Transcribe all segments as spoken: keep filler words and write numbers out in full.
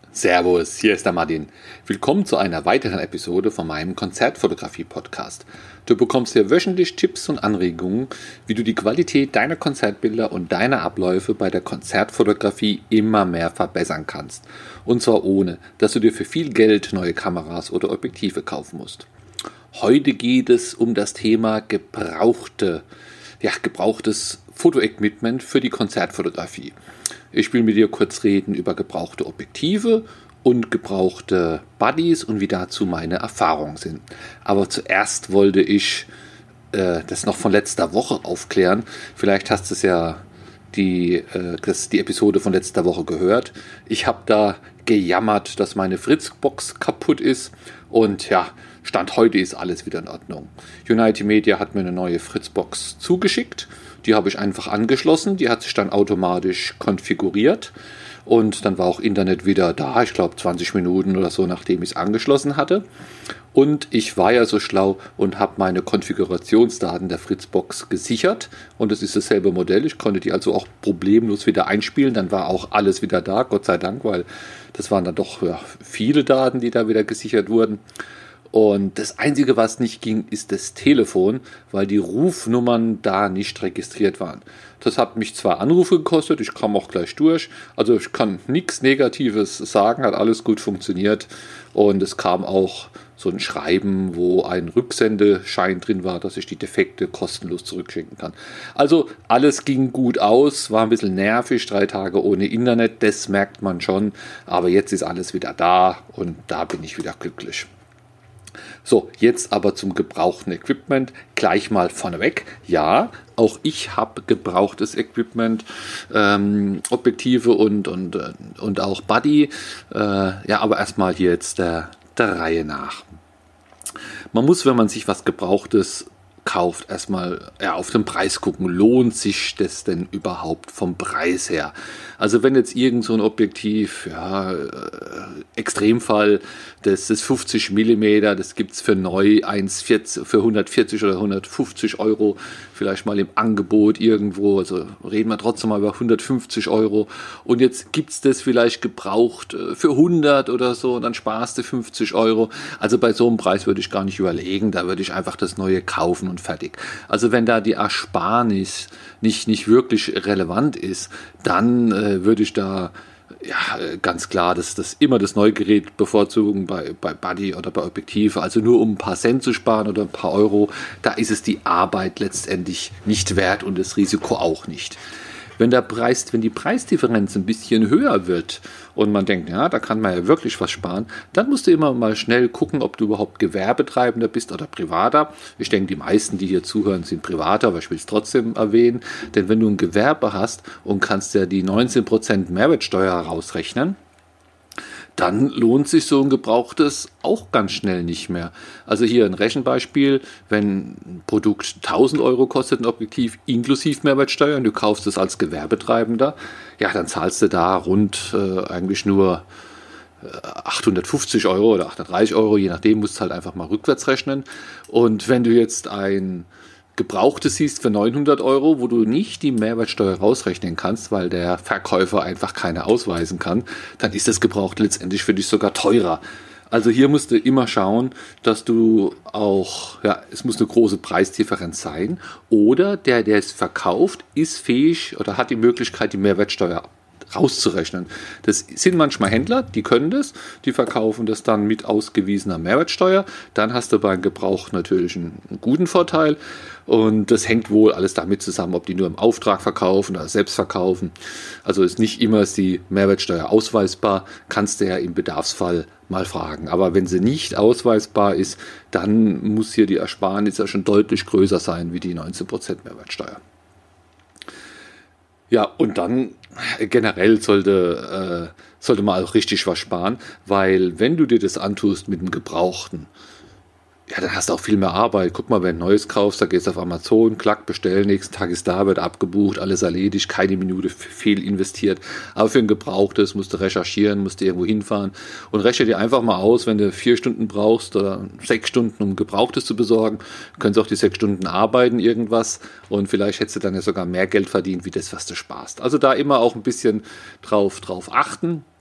Servus, hier ist der Martin. Willkommen zu einer weiteren Episode von meinem Konzertfotografie-Podcast. Du bekommst hier wöchentlich Tipps und Anregungen, wie du die Qualität deiner Konzertbilder und deiner Abläufe bei der Konzertfotografie immer mehr verbessern kannst. Und zwar ohne, dass du dir für viel Geld neue Kameras oder Objektive kaufen musst. Heute geht es um das Thema gebrauchte, ja, gebrauchtes Fotoequipment für die Konzertfotografie. Ich will mit dir kurz reden über gebrauchte Objektive und gebrauchte Buddies und wie dazu meine Erfahrungen sind. Aber zuerst wollte ich äh, das noch von letzter Woche aufklären. Vielleicht hast du es ja die, äh, das, die Episode von letzter Woche gehört. Ich habe da gejammert, dass meine Fritzbox kaputt ist und ja, Stand heute ist alles wieder in Ordnung. United Media hat mir eine neue Fritzbox zugeschickt. Die habe ich einfach angeschlossen. Die hat sich dann automatisch konfiguriert. Und dann war auch Internet wieder da. Ich glaube zwanzig Minuten oder so, nachdem ich es angeschlossen hatte. Und ich war ja so schlau und habe meine Konfigurationsdaten der Fritzbox gesichert. Und es ist dasselbe Modell. Ich konnte die also auch problemlos wieder einspielen. Dann war auch alles wieder da, Gott sei Dank, weil das waren dann doch ja, viele Daten, die da wieder gesichert wurden. Und das Einzige, was nicht ging, ist das Telefon, weil die Rufnummern da nicht registriert waren. Das hat mich zwar Anrufe gekostet, ich kam auch gleich durch, also ich kann nichts Negatives sagen, hat alles gut funktioniert. Und es kam auch so ein Schreiben, wo ein Rücksendeschein drin war, dass ich die Defekte kostenlos zurückschicken kann. Also alles ging gut aus, war ein bisschen nervig, drei Tage ohne Internet, das merkt man schon. Aber jetzt ist alles wieder da und da bin ich wieder glücklich. So, jetzt aber zum gebrauchten Equipment. Gleich mal vorneweg. Ja, auch ich habe gebrauchtes Equipment, ähm, Objektive und, und, und auch Buddy. Äh, ja, aber erstmal hier jetzt der, der Reihe nach. Man muss, wenn man sich was Gebrauchtes kauft, erstmal ja, auf den Preis gucken. Lohnt sich das denn überhaupt vom Preis her? Also wenn jetzt irgend so ein Objektiv, ja, äh, Extremfall, das ist fünfzig Millimeter, das gibt es für neu eins vierzig, für hundertvierzig oder hundertfünfzig Euro, vielleicht mal im Angebot irgendwo, also reden wir trotzdem mal über hundertfünfzig Euro und jetzt gibt es das vielleicht gebraucht für hundert oder so und dann sparst du fünfzig Euro. Also bei so einem Preis würde ich gar nicht überlegen, da würde ich einfach das Neue kaufen und fertig. Also wenn da die Ersparnis nicht, nicht wirklich relevant ist, dann äh, würde ich da ja, ganz klar, dass das immer das neue Gerät bevorzugen bei, bei Buddy oder bei Objektive, also nur um ein paar Cent zu sparen oder ein paar Euro, da ist es die Arbeit letztendlich nicht wert und das Risiko auch nicht. Wenn der Preis, wenn die Preisdifferenz ein bisschen höher wird und man denkt, ja, da kann man ja wirklich was sparen, dann musst du immer mal schnell gucken, ob du überhaupt Gewerbetreibender bist oder Privater. Ich denke, die meisten, die hier zuhören, sind Privater, aber ich will es trotzdem erwähnen, denn wenn du ein Gewerbe hast und kannst ja die neunzehn Prozent Mehrwertsteuer rausrechnen, dann lohnt sich so ein gebrauchtes auch ganz schnell nicht mehr. Also hier ein Rechenbeispiel, wenn ein Produkt tausend Euro kostet, ein Objektiv inklusive Mehrwertsteuer und du kaufst es als Gewerbetreibender, ja, dann zahlst du da rund äh, eigentlich nur äh, achthundertfünfzig Euro oder achthundertdreißig Euro, je nachdem, musst du halt einfach mal rückwärts rechnen. Und wenn du jetzt ein Gebrauchtes siehst für neunhundert Euro, wo du nicht die Mehrwertsteuer rausrechnen kannst, weil der Verkäufer einfach keine ausweisen kann, dann ist das Gebraucht letztendlich für dich sogar teurer. Also hier musst du immer schauen, dass du auch, ja, es muss eine große Preisdifferenz sein oder der, der es verkauft, ist fähig oder hat die Möglichkeit, die Mehrwertsteuer rauszurechnen. Das sind manchmal Händler, die können das, die verkaufen das dann mit ausgewiesener Mehrwertsteuer. Dann hast du beim Gebrauch natürlich einen, einen guten Vorteil und das hängt wohl alles damit zusammen, ob die nur im Auftrag verkaufen oder selbst verkaufen. Also ist nicht immer ist die Mehrwertsteuer ausweisbar, kannst du ja im Bedarfsfall mal fragen. Aber wenn sie nicht ausweisbar ist, dann muss hier die Ersparnis ja schon deutlich größer sein wie die neunzehn Prozent Mehrwertsteuer. Ja, und dann generell sollte, äh, sollte man auch richtig was sparen, weil wenn du dir das antust mit dem Gebrauchten, ja, dann hast du auch viel mehr Arbeit. Guck mal, wenn du Neues kaufst, da gehst du auf Amazon, klack, bestellen, nächsten Tag ist da, wird abgebucht, alles erledigt, keine Minute fehl investiert. Aber für ein Gebrauchtes musst du recherchieren, musst du irgendwo hinfahren und rechne dir einfach mal aus, wenn du vier Stunden brauchst oder sechs Stunden, um Gebrauchtes zu besorgen, können sie auch die sechs Stunden arbeiten, irgendwas und vielleicht hättest du dann ja sogar mehr Geld verdient, wie das, was du sparst. Also da immer auch ein bisschen drauf, drauf achten.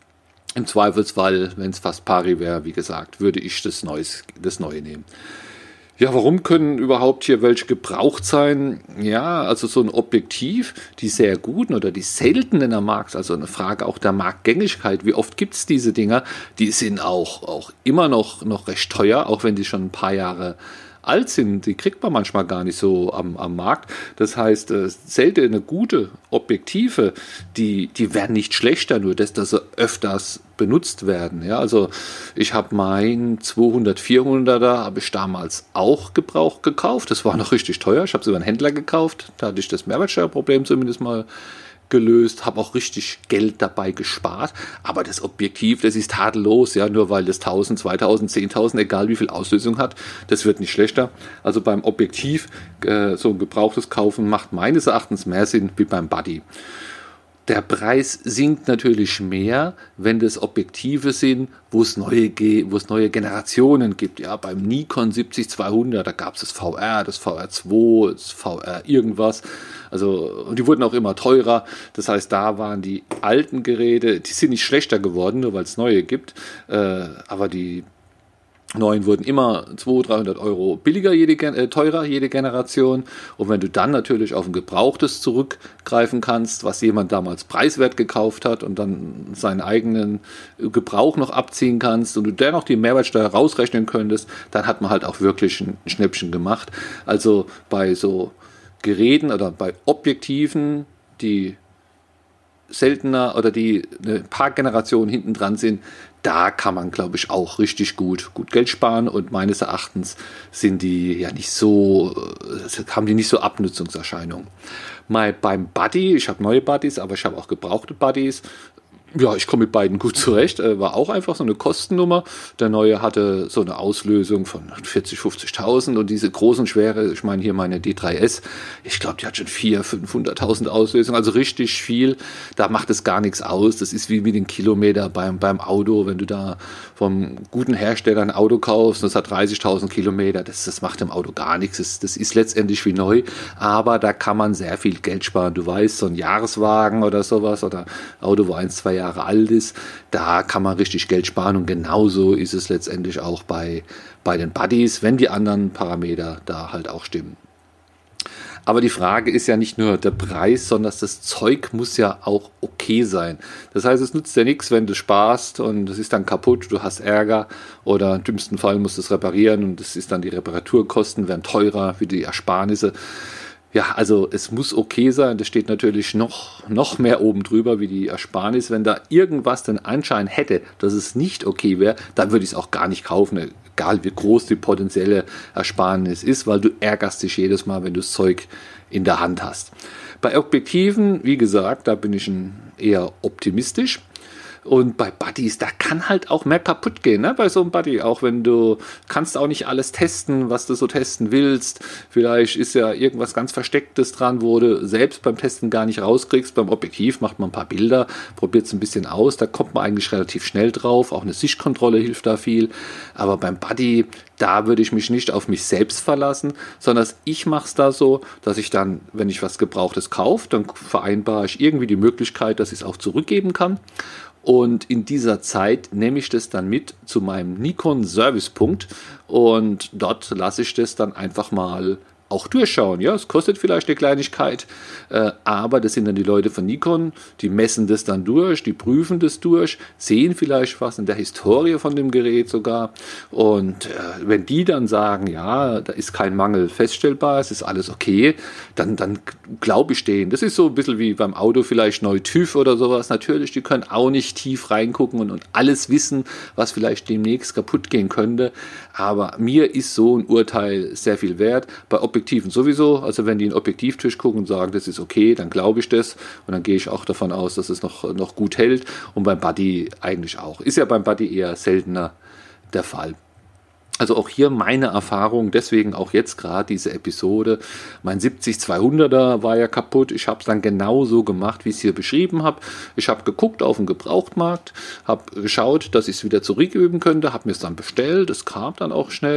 Im Zweifelsfall, wenn es fast pari wäre, wie gesagt, würde ich das, Neues, das Neue nehmen. Ja, warum können überhaupt hier welche gebraucht sein? Ja, also so ein Objektiv, die sehr guten oder die seltenen am Markt, also eine Frage auch der Marktgängigkeit, wie oft gibt es diese Dinger, die sind auch, auch immer noch, noch recht teuer, auch wenn die schon ein paar Jahre alt sind, die kriegt man manchmal gar nicht so am, am Markt. Das heißt, äh, seltene, gute Objektive, die, die werden nicht schlechter, nur dass, dass sie öfters benutzt werden. Ja, also ich habe mein zweihundert vierhunderter habe ich damals auch gebraucht gekauft. Das war noch richtig teuer. Ich habe es über einen Händler gekauft. Da hatte ich das Mehrwertsteuerproblem zumindest mal gelöst, habe auch richtig Geld dabei gespart, aber das Objektiv, das ist tadellos, ja, nur weil das tausend, zweitausend, zehntausend, egal wie viel Auslösung hat, das wird nicht schlechter. Also beim Objektiv, äh, so ein gebrauchtes Kaufen macht meines Erachtens mehr Sinn wie beim Buddy. Der Preis sinkt natürlich mehr, wenn das Objektive sind, wo es neue, wo es neue Generationen gibt. Ja, beim Nikon siebzig zweihundert, da gab es das V R, das V R zwei, das V R irgendwas. Also, und die wurden auch immer teurer. Das heißt, da waren die alten Geräte, die sind nicht schlechter geworden, nur weil es neue gibt. Äh, aber die neuen wurden immer zweihundert, dreihundert Euro billiger, jede, äh, teurer jede Generation. Und wenn du dann natürlich auf ein Gebrauchtes zurückgreifen kannst, was jemand damals preiswert gekauft hat und dann seinen eigenen Gebrauch noch abziehen kannst und du dennoch die Mehrwertsteuer rausrechnen könntest, dann hat man halt auch wirklich ein Schnäppchen gemacht. Also bei so Geräten oder bei Objektiven, die seltener oder die ein paar Generationen hinten dran sind, da kann man, glaube ich, auch richtig gut, gut Geld sparen und meines Erachtens sind die ja nicht so, haben die nicht so Abnutzungserscheinungen. Mal beim Buddy, ich habe neue Buddies, aber ich habe auch gebrauchte Buddies. Ja, ich komme mit beiden gut zurecht. War auch einfach so eine Kostennummer. Der neue hatte so eine Auslösung von vierzig, fünfzigtausend und diese großen, schwere, ich meine hier meine D drei S, ich glaube, die hat schon vierhunderttausend, fünfhunderttausend Auslösung, also richtig viel. Da macht es gar nichts aus. Das ist wie mit den Kilometer beim, beim Auto, wenn du da vom guten Hersteller ein Auto kaufst, das hat dreißigtausend Kilometer, das, das macht dem Auto gar nichts. Das, das ist letztendlich wie neu, aber da kann man sehr viel Geld sparen. Du weißt, so ein Jahreswagen oder sowas oder Auto, wo ein, zwei Jahre alt ist, da kann man richtig Geld sparen und genauso ist es letztendlich auch bei, bei den Buddies, wenn die anderen Parameter da halt auch stimmen. Aber die Frage ist ja nicht nur der Preis, sondern das Zeug muss ja auch okay sein. Das heißt, es nützt ja nichts, wenn du sparst und es ist dann kaputt, du hast Ärger oder im dümmsten Fall musst du es reparieren und es ist dann die Reparaturkosten werden teurer wie die Ersparnisse. Ja, also es muss okay sein, das steht natürlich noch, noch mehr oben drüber wie die Ersparnis. Wenn da irgendwas den Anschein hätte, dass es nicht okay wäre, dann würde ich es auch gar nicht kaufen, egal wie groß die potenzielle Ersparnis ist, weil du ärgerst dich jedes Mal, wenn du das Zeug in der Hand hast. Bei Objektiven, wie gesagt, da bin ich eher optimistisch. Und bei Buddies, da kann halt auch mehr kaputt gehen, ne? Bei so einem Buddy, auch wenn du kannst auch nicht alles testen, was du so testen willst. Vielleicht ist ja irgendwas ganz Verstecktes dran, wo du selbst beim Testen gar nicht rauskriegst. Beim Objektiv macht man ein paar Bilder, probiert es ein bisschen aus, da kommt man eigentlich relativ schnell drauf. Auch eine Sichtkontrolle hilft da viel. Aber beim Buddy, da würde ich mich nicht auf mich selbst verlassen, sondern ich mache es da so, dass ich dann, wenn ich was Gebrauchtes kaufe, dann vereinbare ich irgendwie die Möglichkeit, dass ich es auch zurückgeben kann. Und in dieser Zeit nehme ich das dann mit zu meinem Nikon-Servicepunkt und dort lasse ich das dann einfach mal auch durchschauen. Ja, es kostet vielleicht eine Kleinigkeit, äh, aber das sind dann die Leute von Nikon, die messen das dann durch, die prüfen das durch, sehen vielleicht was in der Historie von dem Gerät sogar. Und äh, wenn die dann sagen, ja, da ist kein Mangel feststellbar, es ist alles okay, dann, dann glaube ich denen. Das ist so ein bisschen wie beim Auto vielleicht neu TÜV oder sowas. Natürlich, die können auch nicht tief reingucken und, und alles wissen, was vielleicht demnächst kaputt gehen könnte. Aber mir ist so ein Urteil sehr viel wert. Bei Objektiven sowieso, also wenn die in den Objektivtisch gucken und sagen, das ist okay, dann glaube ich das und dann gehe ich auch davon aus, dass es noch, noch gut hält und beim Buddy eigentlich auch. Ist ja beim Buddy eher seltener der Fall. Also auch hier meine Erfahrung, deswegen auch jetzt gerade diese Episode. Mein siebzig zweihunderter war ja kaputt. Ich habe es dann genauso gemacht, wie ich es hier beschrieben habe. Ich habe geguckt auf den Gebrauchtmarkt, habe geschaut, dass ich es wieder zurücküben könnte, habe mir es dann bestellt. Es kam dann auch schnell.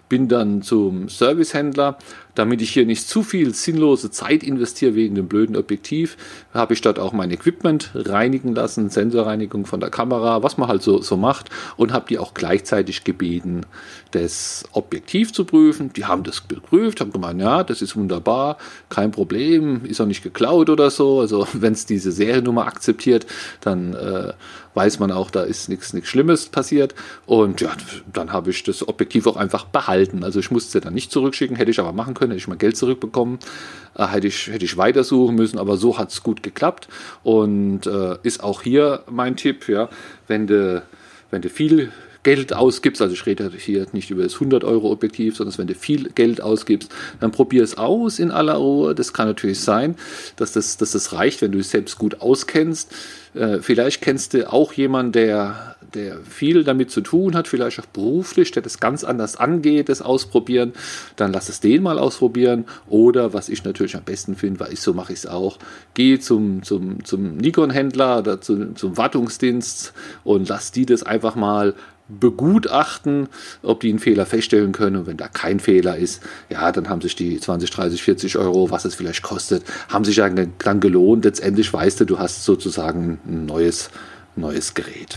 bin dann zum Servicehändler. Damit ich hier nicht zu viel sinnlose Zeit investiere wegen dem blöden Objektiv, habe ich dort auch mein Equipment reinigen lassen, Sensorreinigung von der Kamera, was man halt so, so macht, und habe die auch gleichzeitig gebeten, das Objektiv zu prüfen. Die haben das geprüft, haben gemeint, ja, das ist wunderbar, kein Problem, ist auch nicht geklaut oder so. Also wenn es diese Seriennummer akzeptiert, dann äh, weiß man auch, da ist nichts nichts Schlimmes passiert. Und ja, dann habe ich das Objektiv auch einfach behalten. Also ich musste es dann nicht zurückschicken, hätte ich aber machen können, hätte ich mal Geld zurückbekommen, äh, hätte ich, hätte ich weitersuchen müssen, aber so hat es gut geklappt. Und äh, ist auch hier mein Tipp, ja, wenn du, wenn du viel Geld ausgibst, also ich rede hier nicht über das hundert Euro Objektiv, sondern wenn du viel Geld ausgibst, dann probier es aus in aller Ruhe. Das kann natürlich sein, dass das, dass das reicht, wenn du es selbst gut auskennst. Äh, vielleicht kennst du auch jemanden, der, der viel damit zu tun hat, vielleicht auch beruflich, der das ganz anders angeht, das Ausprobieren. Dann lass es den mal ausprobieren. Oder was ich natürlich am besten finde, weil ich so mache ich es auch, geh zum, zum, zum Nikon-Händler oder zu, zum Wartungsdienst und lass die das einfach mal begutachten, ob die einen Fehler feststellen können, und wenn da kein Fehler ist, ja, dann haben sich die zwanzig, dreißig, vierzig Euro, was es vielleicht kostet, haben sich dann, dann gelohnt. Letztendlich weißt du, du hast sozusagen ein neues, neues Gerät.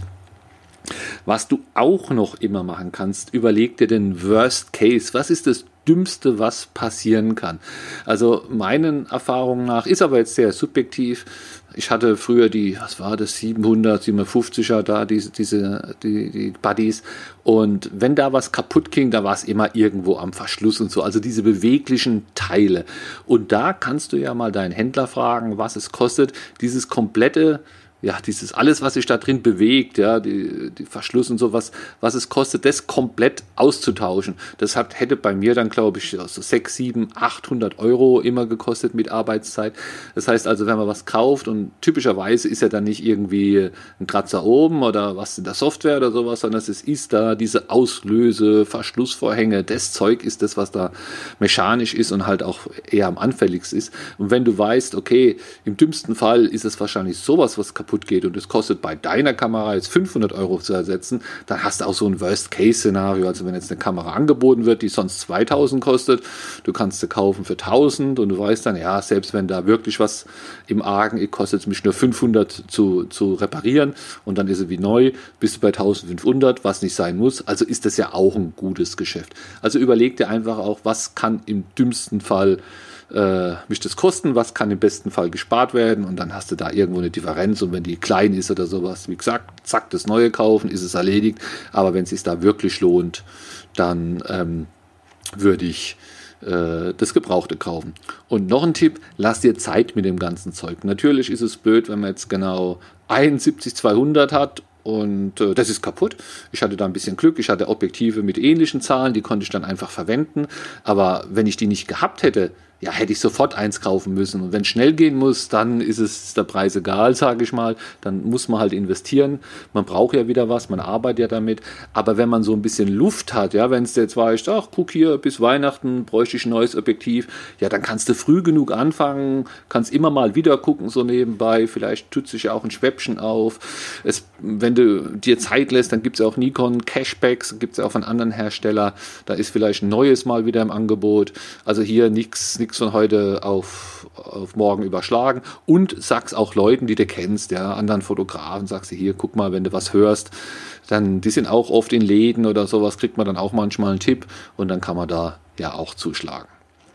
Was du auch noch immer machen kannst, überleg dir den Worst Case. Was ist das Dümmste, was passieren kann? Also meinen Erfahrungen nach, ist aber jetzt sehr subjektiv. Ich hatte früher die, was war das, siebenhundert, siebenhundertfünfziger da, diese, diese, die, die Buddies. Und wenn da was kaputt ging, da war es immer irgendwo am Verschluss und so. Also diese beweglichen Teile. Und da kannst du ja mal deinen Händler fragen, was es kostet, dieses komplette, ja, dieses alles, was sich da drin bewegt, ja, die, die Verschluss und sowas, was es kostet, das komplett auszutauschen. Das hat, hätte bei mir dann, glaube ich, so sechshundert, siebenhundert, achthundert Euro immer gekostet mit Arbeitszeit. Das heißt also, wenn man was kauft, und typischerweise ist ja dann nicht irgendwie ein Kratzer oben oder was in der Software oder sowas, sondern es ist da diese Auslöse, Verschlussvorhänge, das Zeug ist das, was da mechanisch ist und halt auch eher am anfälligsten ist. Und wenn du weißt, okay, im dümmsten Fall ist es wahrscheinlich sowas, was kaputt geht und es kostet bei deiner Kamera jetzt fünfhundert Euro zu ersetzen, dann hast du auch so ein Worst-Case-Szenario. Also wenn jetzt eine Kamera angeboten wird, die sonst zweitausend kostet, du kannst sie kaufen für tausend und du weißt dann, ja, selbst wenn da wirklich was im Argen ist, kostet es mich nur fünfhundert zu, zu reparieren und dann ist sie wie neu, bist du bei eintausendfünfhundert, was nicht sein muss. Also ist das ja auch ein gutes Geschäft. Also überleg dir einfach auch, was kann im dümmsten Fall Äh, mich das kosten, was kann im besten Fall gespart werden, und dann hast du da irgendwo eine Differenz, und wenn die klein ist oder sowas, wie gesagt, zack, das Neue kaufen, ist es erledigt. Aber wenn es sich da wirklich lohnt, dann ähm, würde ich äh, das Gebrauchte kaufen. Und noch ein Tipp, lass dir Zeit mit dem ganzen Zeug. Natürlich ist es blöd, wenn man jetzt genau einundsiebzig zweihundert hat und äh, das ist kaputt. Ich hatte da ein bisschen Glück, ich hatte Objektive mit ähnlichen Zahlen, die konnte ich dann einfach verwenden, aber wenn ich die nicht gehabt hätte, ja, hätte ich sofort eins kaufen müssen. Und wenn es schnell gehen muss, dann ist es der Preis egal, sage ich mal. Dann muss man halt investieren. Man braucht ja wieder was, man arbeitet ja damit. Aber wenn man so ein bisschen Luft hat, ja, wenn es jetzt weißt, ach, guck hier, bis Weihnachten bräuchte ich ein neues Objektiv, ja, dann kannst du früh genug anfangen, kannst immer mal wieder gucken, so nebenbei. Vielleicht tut sich ja auch ein Schwäppchen auf. Es, wenn du dir Zeit lässt, dann gibt es ja auch Nikon Cashbacks, gibt es ja auch von anderen Herstellern. Da ist vielleicht ein neues mal wieder im Angebot. Also hier nichts nichts von heute auf, auf morgen überschlagen, und sag's auch Leuten, die du kennst, ja, anderen Fotografen, sagst du hier, guck mal, wenn du was hörst, dann, die sind auch oft in Läden oder sowas, kriegt man dann auch manchmal einen Tipp, und dann kann man da ja auch zuschlagen.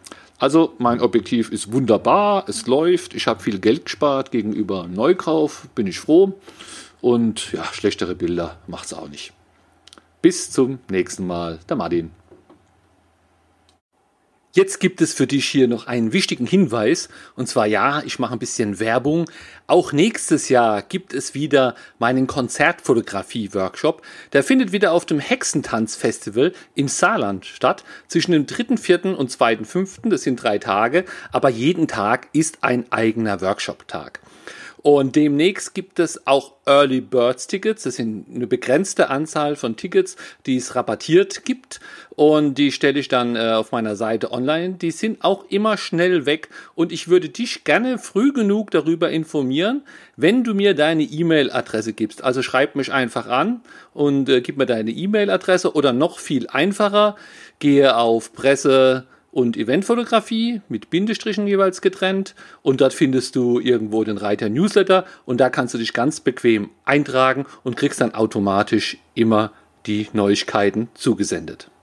Also mein Objektiv ist wunderbar, es läuft, ich habe viel Geld gespart gegenüber Neukauf, bin ich froh, und ja, schlechtere Bilder macht's auch nicht. Bis zum nächsten Mal, der Martin. Jetzt gibt es für dich hier noch einen wichtigen Hinweis, und zwar, ja, ich mache ein bisschen Werbung. Auch nächstes Jahr gibt es wieder meinen Konzertfotografie-Workshop. Der findet wieder auf dem Hexentanz-Festival im Saarland statt, zwischen dem dritten vierten und zweiten fünften Das sind drei Tage, aber jeden Tag ist ein eigener Workshop-Tag. Und demnächst gibt es auch Early Birds Tickets. Das sind eine begrenzte Anzahl von Tickets, die es rabattiert gibt. Und die stelle ich dann äh, auf meiner Seite online. Die sind auch immer schnell weg. Und ich würde dich gerne früh genug darüber informieren, wenn du mir deine E-Mail-Adresse gibst. Also schreib mich einfach an und äh, gib mir deine E-Mail-Adresse. Oder noch viel einfacher, gehe auf Presse- und Eventfotografie mit Bindestrichen jeweils getrennt und dort findest du irgendwo den Reiter Newsletter und da kannst du dich ganz bequem eintragen und kriegst dann automatisch immer die Neuigkeiten zugesendet.